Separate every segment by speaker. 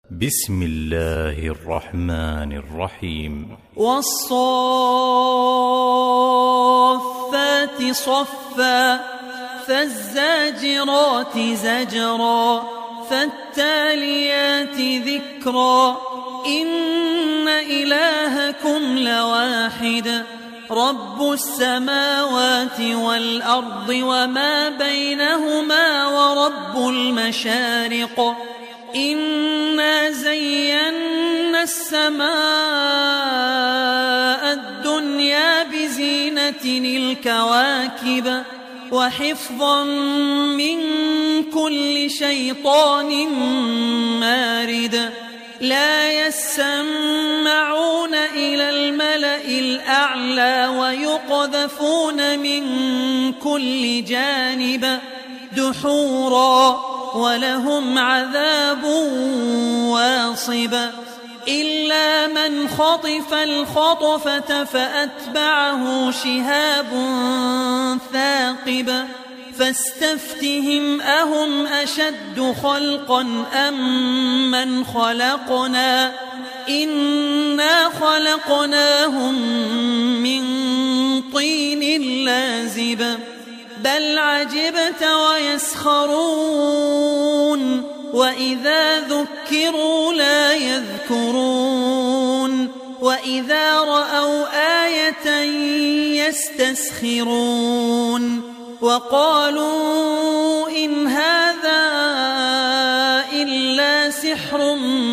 Speaker 1: بسم الله الرحمن الرحيم.
Speaker 2: والصافات صفا فالزاجرات زجرا فالتاليات ذكرا إن إلهكم لواحد رب السماوات والأرض وما بينهما ورب المشارق إنا زينا السماء الدنيا بزينة الكواكب وحفظا من كل شيطان مارد لا يسمعون إلى الملأ الأعلى ويقذفون من كل جانب دحورا ولهم عذاب واصب إلا من خطف الخطفة فأتبعه شهاب ثاقب فاستفتهم أهم أشد خلقا أم من خلقنا إنا خلقناهم من طين لازب بل عجبت ويسخرون وإذا ذكروا لا يذكرون وإذا رأوا آية يستسخرون وقالوا إن هذا إلا سحر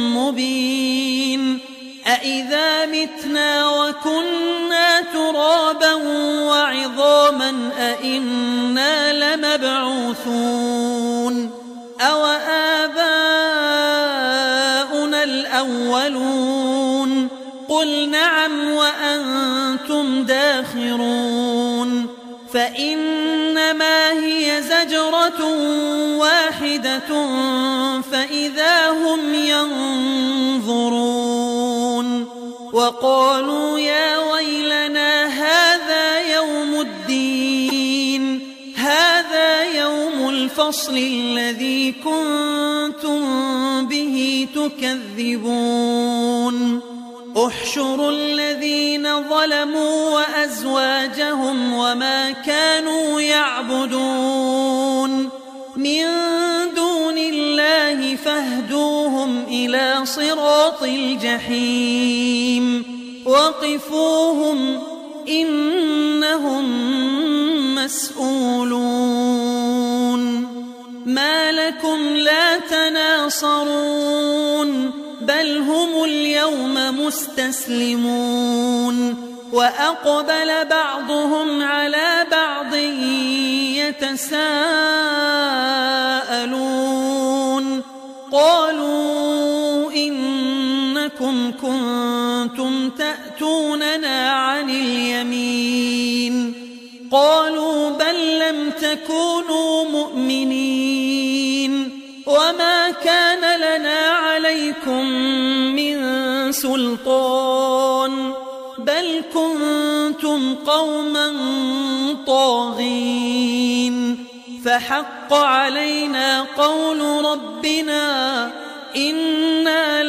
Speaker 2: مبين أإذا متنا وكنا ترابا وعظاما أإنا لمبعوثون أوآباؤنا الأولون قل نعم وأنتم داخرون فإنما هي زجرة واحدة فإذا هم ينظرون وقالوا يا ويلنا هذا يوم الدين هذا يوم الفصل الذي كنتم به تكذبون احشروا الذين ظلموا وأزواجهم وما كانوا يعبدون من دون الله فاهدوهم إلى صراط الجحيم وقفوهم إنهم مسؤولون ما لكم لا تناصرون بل هم اليوم مستسلمون وأقبل بعضهم على بعض يتساءلون قالوا إنكم كنتم تأتوننا عن اليمين قالوا بل لم تكونوا مؤمنين وما كان لنا عليكم من سلطان بل كنتم قوما طاغين فحق علينا قول ربنا إنا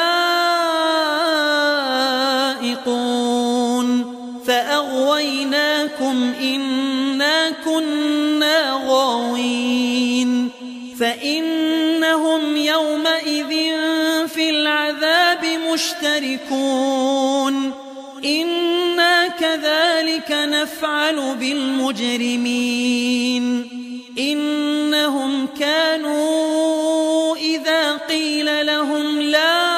Speaker 2: لذائقون فأغويناكم إنا كنا غاوين فإنهم يومئذ في العذاب مشتركون إنا كذلك نفعل بالمجرمين إنهم كانوا إذا قيل لهم لا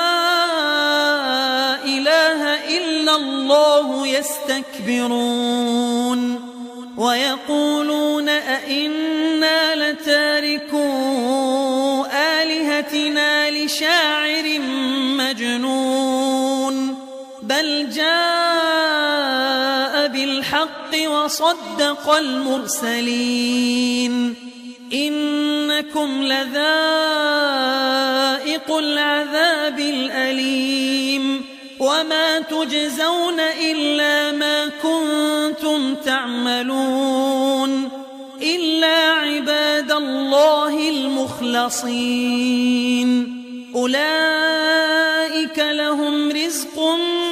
Speaker 2: إله إلا الله يستكبرون ويقولون أئنا لتاركو آلهتنا لشاعر مجنون بل جاء بالحق وصدق المرسلين إنكم لذائق العذاب الأليم وما تجزون إلا ما كنتم تعملون إلا عباد الله المخلصين أولئك لهم رزق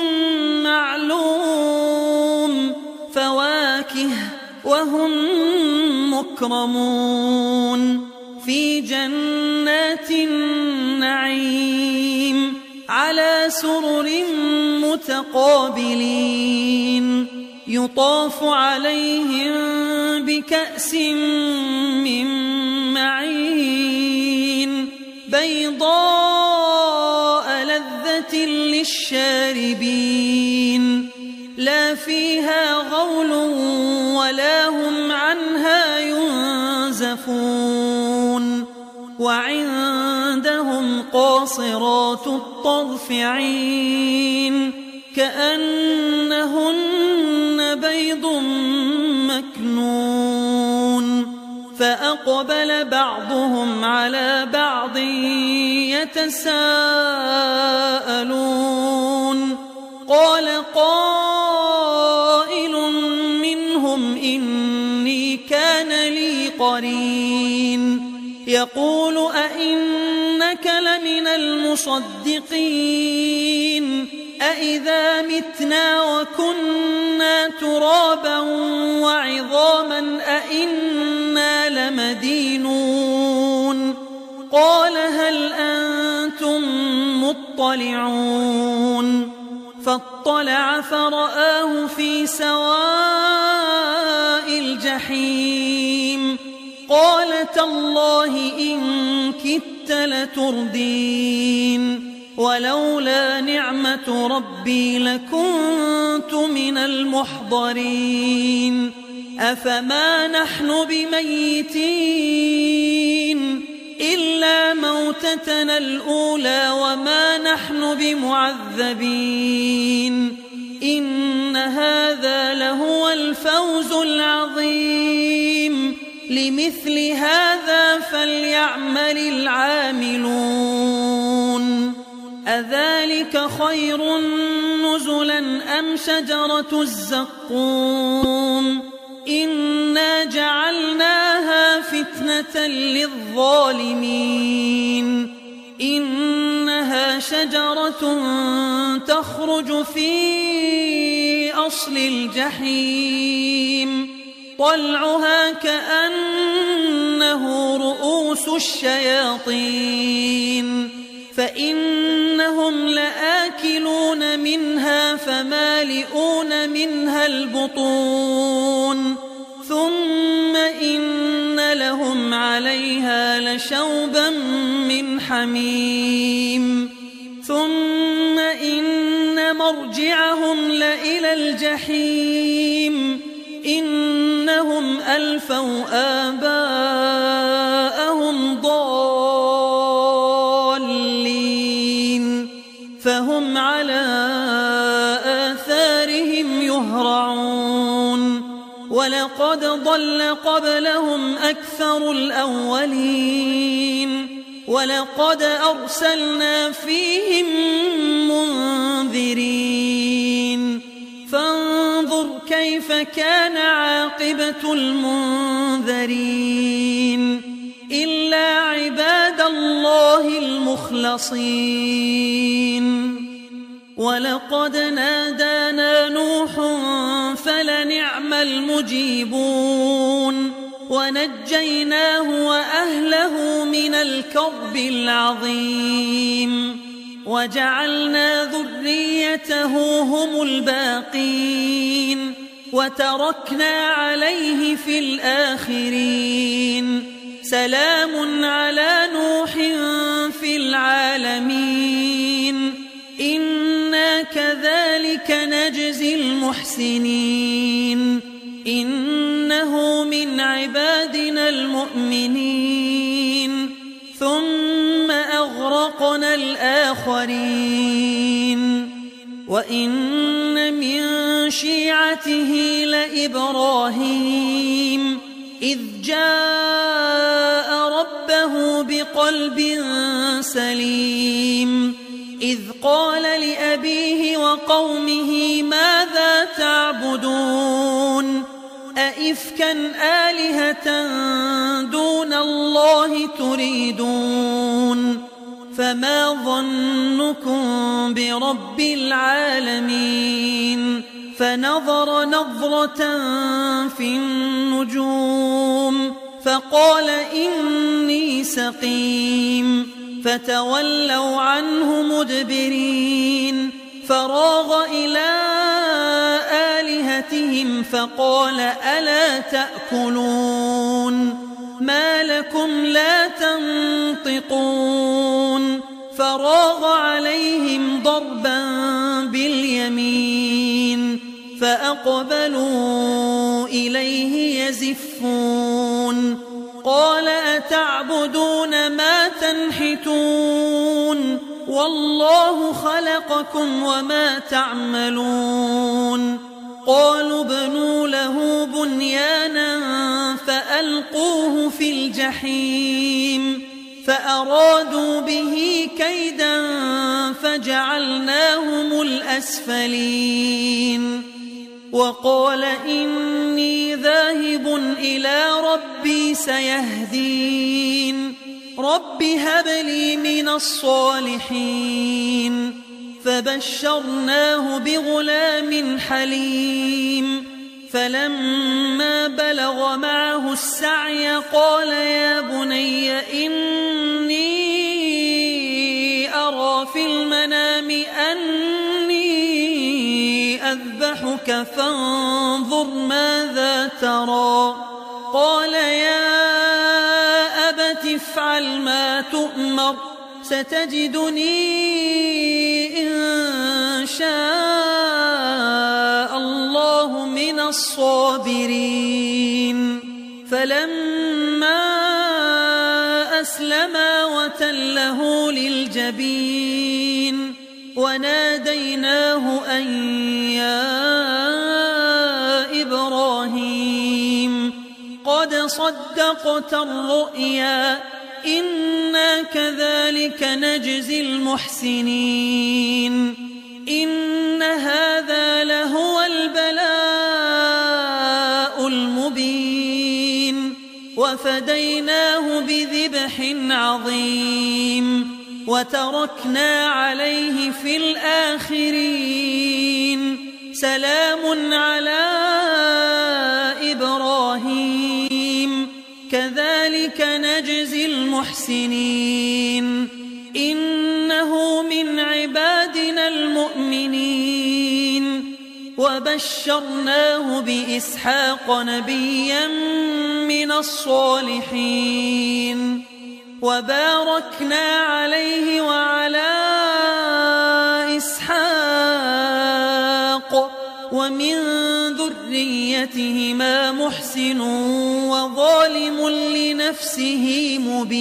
Speaker 2: معلوم فواكه وهم مكرمون في جنات النعيم على سرر متقابلين يطاف عليهم بكأس من معين بيضاء لذة للشاربين لا فيها غول ولا هم عنها ينزفون وعندهم قاصرات الطرف عين كأنهن بيض مكنون فأقبل بعضهم على بعض يتساءلون قال قائل منهم إني كان لي قرين يقول أئنك لمن المصدقين أئذا متنا وكنا ترابا وعظاما أئنا لمدينون قال هل أنتم مطلعون فاطلع فرآه في سواء الجحيم قال تالله إن كدت لتردين ولولا نعمة ربي لكنت من المحضرين أفما نحن بميتين إلا موتتنا الأولى وما نحن بمعذبين إن هذا لهو الفوز العظيم لمثل هذا فليعمل العاملون أذلك خير نزلا أم شجرة الزقوم إنا جعلناها فتنة للظالمين إنها شجرة تخرج في أصل الجحيم طلعها كأنه رؤوس الشياطين فإنهم لآكلون منها فمالئون منها البطون ثم إن لهم عليها لشوبا من حميم ثم إن مرجعهم لإلى الجحيم إنهم ألفوا آباءهم ضالين فهم على آثارهم يهرعون ولقد ضل قبلهم أكثر الأولين ولقد أرسلنا فيهم منذرين فانظر كيف كان عاقبة المنذرين إلا عباد الله المخلصين ولقد نادانا نوح فلنعم المجيبون ونجيناه وأهله من الكرب العظيم وجعلنا ذريته هم الباقين وتركنا عليه في الآخرين سلام على نوح في العالمين إنا كذلك نجزي المحسنين إنه من عبادنا المؤمنين ثم أغرقنا الآخرين وإن من شيعته لإبراهيم إذ جاء ربه بقلب سليم إذ قال لأبيه وقومه ماذا تعبدون أئفكا آلهة دون الله تريدون فما ظنكم برب العالمين فنظر نظرة في النجوم فقال إني سقيم فتولوا عنه مدبرين فراغ إلى آلهتهم فقال ألا تأكلون ما لكم لا تنطقون فراغ عليهم ضربا باليمين فأقبلوا إليه يزفون قال أتعبدون ما تنحتون والله خلقكم وما تعملون قالوا ابنوا له بنيانا فألقوه في الجحيم فأرادوا به كيدا فجعلناهم الأسفلين وقال إني ذاهب إلى ربي سيهدين رب هب لي من الصالحين فبشرناه بغلام حليم فلما بلغ معه السعي قال يا بني إني أرى في المنام أني أذبحك فانظر ماذا ترى قال يا أبت افعل ما تؤمر ستجدني إن شاء الله من الصابرين فلما أسلما وتله للجبين وناديناه أن يا إبراهيم قد صدقت الرؤيا إنا كذلك نجزي المحسنين إن هذا لهو البلاء المبين وفديناه بذبح عظيم وتركنا عليه في الآخرين سلام على إبراهيم كذلك نجزي المحسنين إنه من عبادنا المؤمنين وبشرناه بإسحاق نبيا من الصالحين وباركنا عليه وعلى إسحاق ومن ذريتهما محسن وظالم لنفسه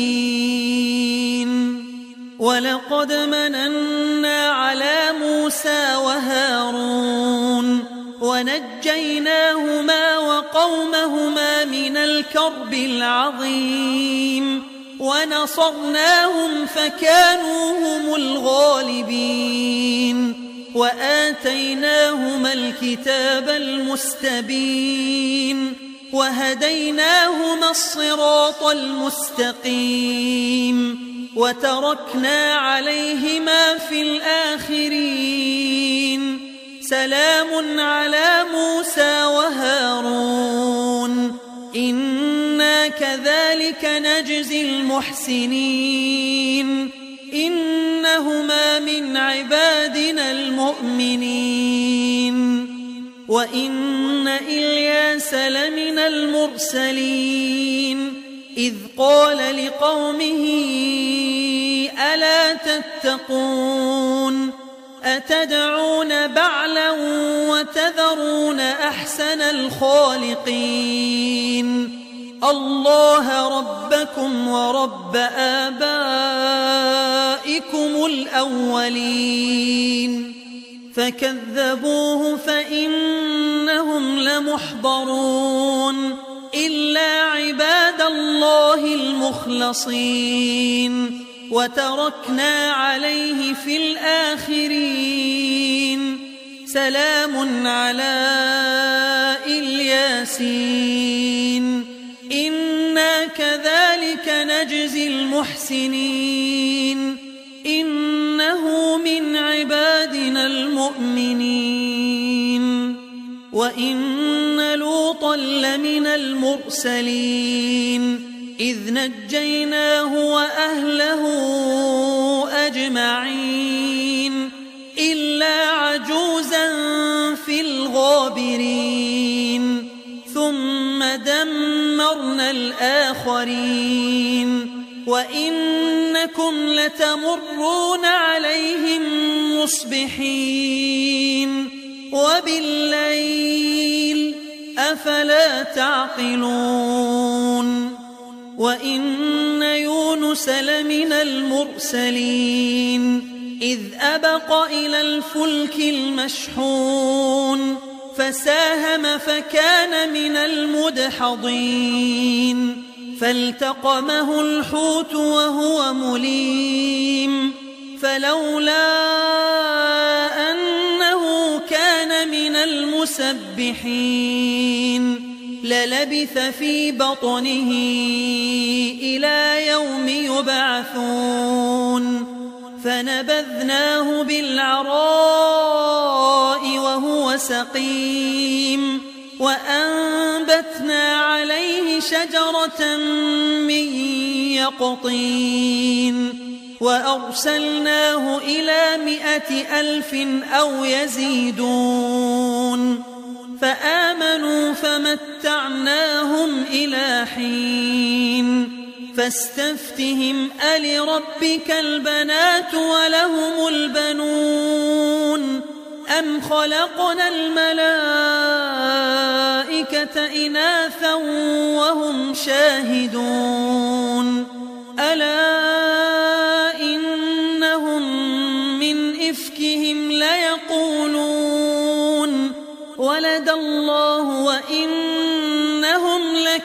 Speaker 2: مبين ولقد مننا على موسى وهارون ونجيناهما وقومهما من الكرب العظيم ونصرناهم فكانوا هم الغالبين وآتيناهما الكتاب المستبين وهديناهما الصراط المستقيم وتركنا عليهما في الآخرين سلام على موسى وهارون إنا كذلك نجزي المحسنين إنهما من عبادنا المؤمنين وإن إلياس لمن المرسلين إذ قال لقومه ألا تتقون أتدعون بعلا وتذرون أحسن الخالقين الله ربكم ورب آبائكم الأولين فكذبوه فإنهم لمحضرون إلا عباد الله المخلصين وتركنا عليه في الآخرين سلام على الياسين إنا كذلك نجزي المحسنين وإن لوطا لمن المرسلين إذ نجيناه وأهله أجمعين إلا عجوزا في الغابرين ثم دمرنا الآخرين وإنكم لتمرون عليهم مصبحين وبالليل أفلا تعقلون وإن يونس لمن المرسلين إذ أبق إلى الفلك المشحون فساهم فكان من المدحضين فالتقمه الحوت وهو مليم فلولا أنه كان من المسبحين للبث في بطنه إلى يوم يبعثون فنبذناه بالعراء وهو سقيم وأنبتنا عليه شجرة من يقطين وأرسلناه إلى 100,000 أو يزيدون فآمنوا فمتعناهم إلى حين فاستفتهم ألربك البنات ولهم البنون أم خلقنا الملائكة إناثا وهم شاهدون ألا إنهم من إفكهم ليقولون ولد الله وإنهم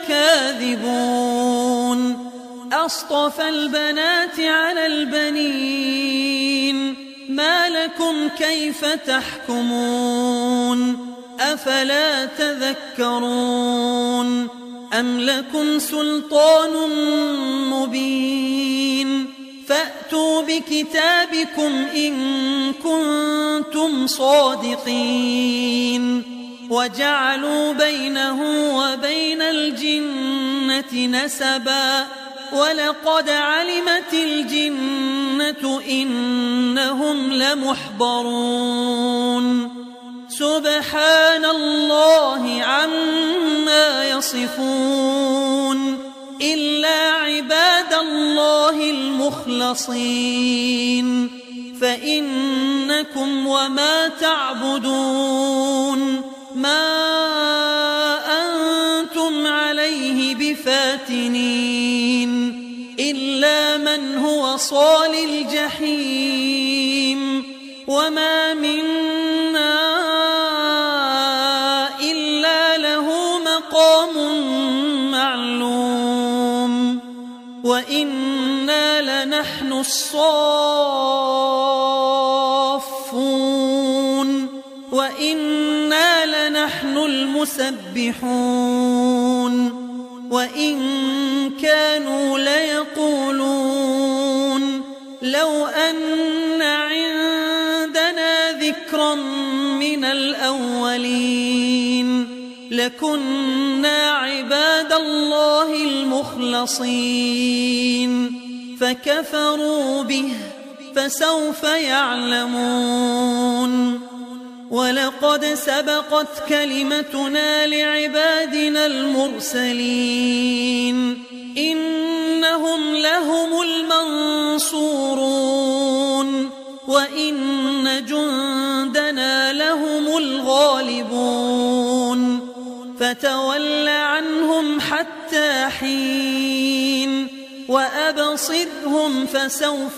Speaker 2: لكاذبون أصطفى البنات على البنين ما لكم كيف تحكمون أفلا تذكرون أم لكم سلطان مبين فأتوا بكتابكم إن كنتم صادقين وجعلوا بينه وبين الجنة نسبا ولقد علمت الجنة إنهم لمحضرون سبحان الله عما يصفون إلا عباد الله المخلصين فإنكم وما تعبدون ما أنتم عليه بفاتنين إلا من هو صال الجحيم وما منا إلا له مقام معلوم وإنا لنحن الصافون وإنا لنحن المسبحون وإن كانوا ليقولون لو أن عندنا ذكرا من الأولين لكنا عباد الله المخلصين فكفروا به فسوف يعلمون ولقد سبقت كلمتنا لعبادنا المرسلين إنهم لهم المنصورون وإن جندنا لهم الغالبون فتول عنهم حتى حين وأبصرهم فسوف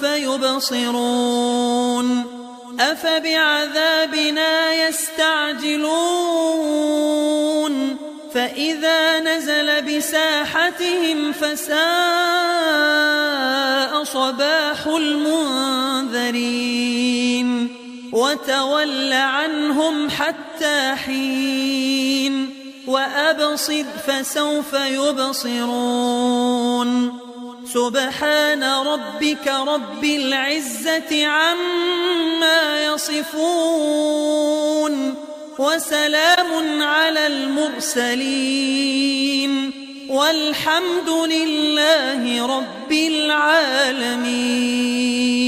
Speaker 2: يبصرون أفبعذابنا يستعجلون فإذا نزل بساحتهم فساء صباح المنذرين وتول عنهم حتى حين وأبصر فسوف يبصرون سبحان ربك رب العزة عما يصفون وسلام على المرسلين والحمد لله رب العالمين.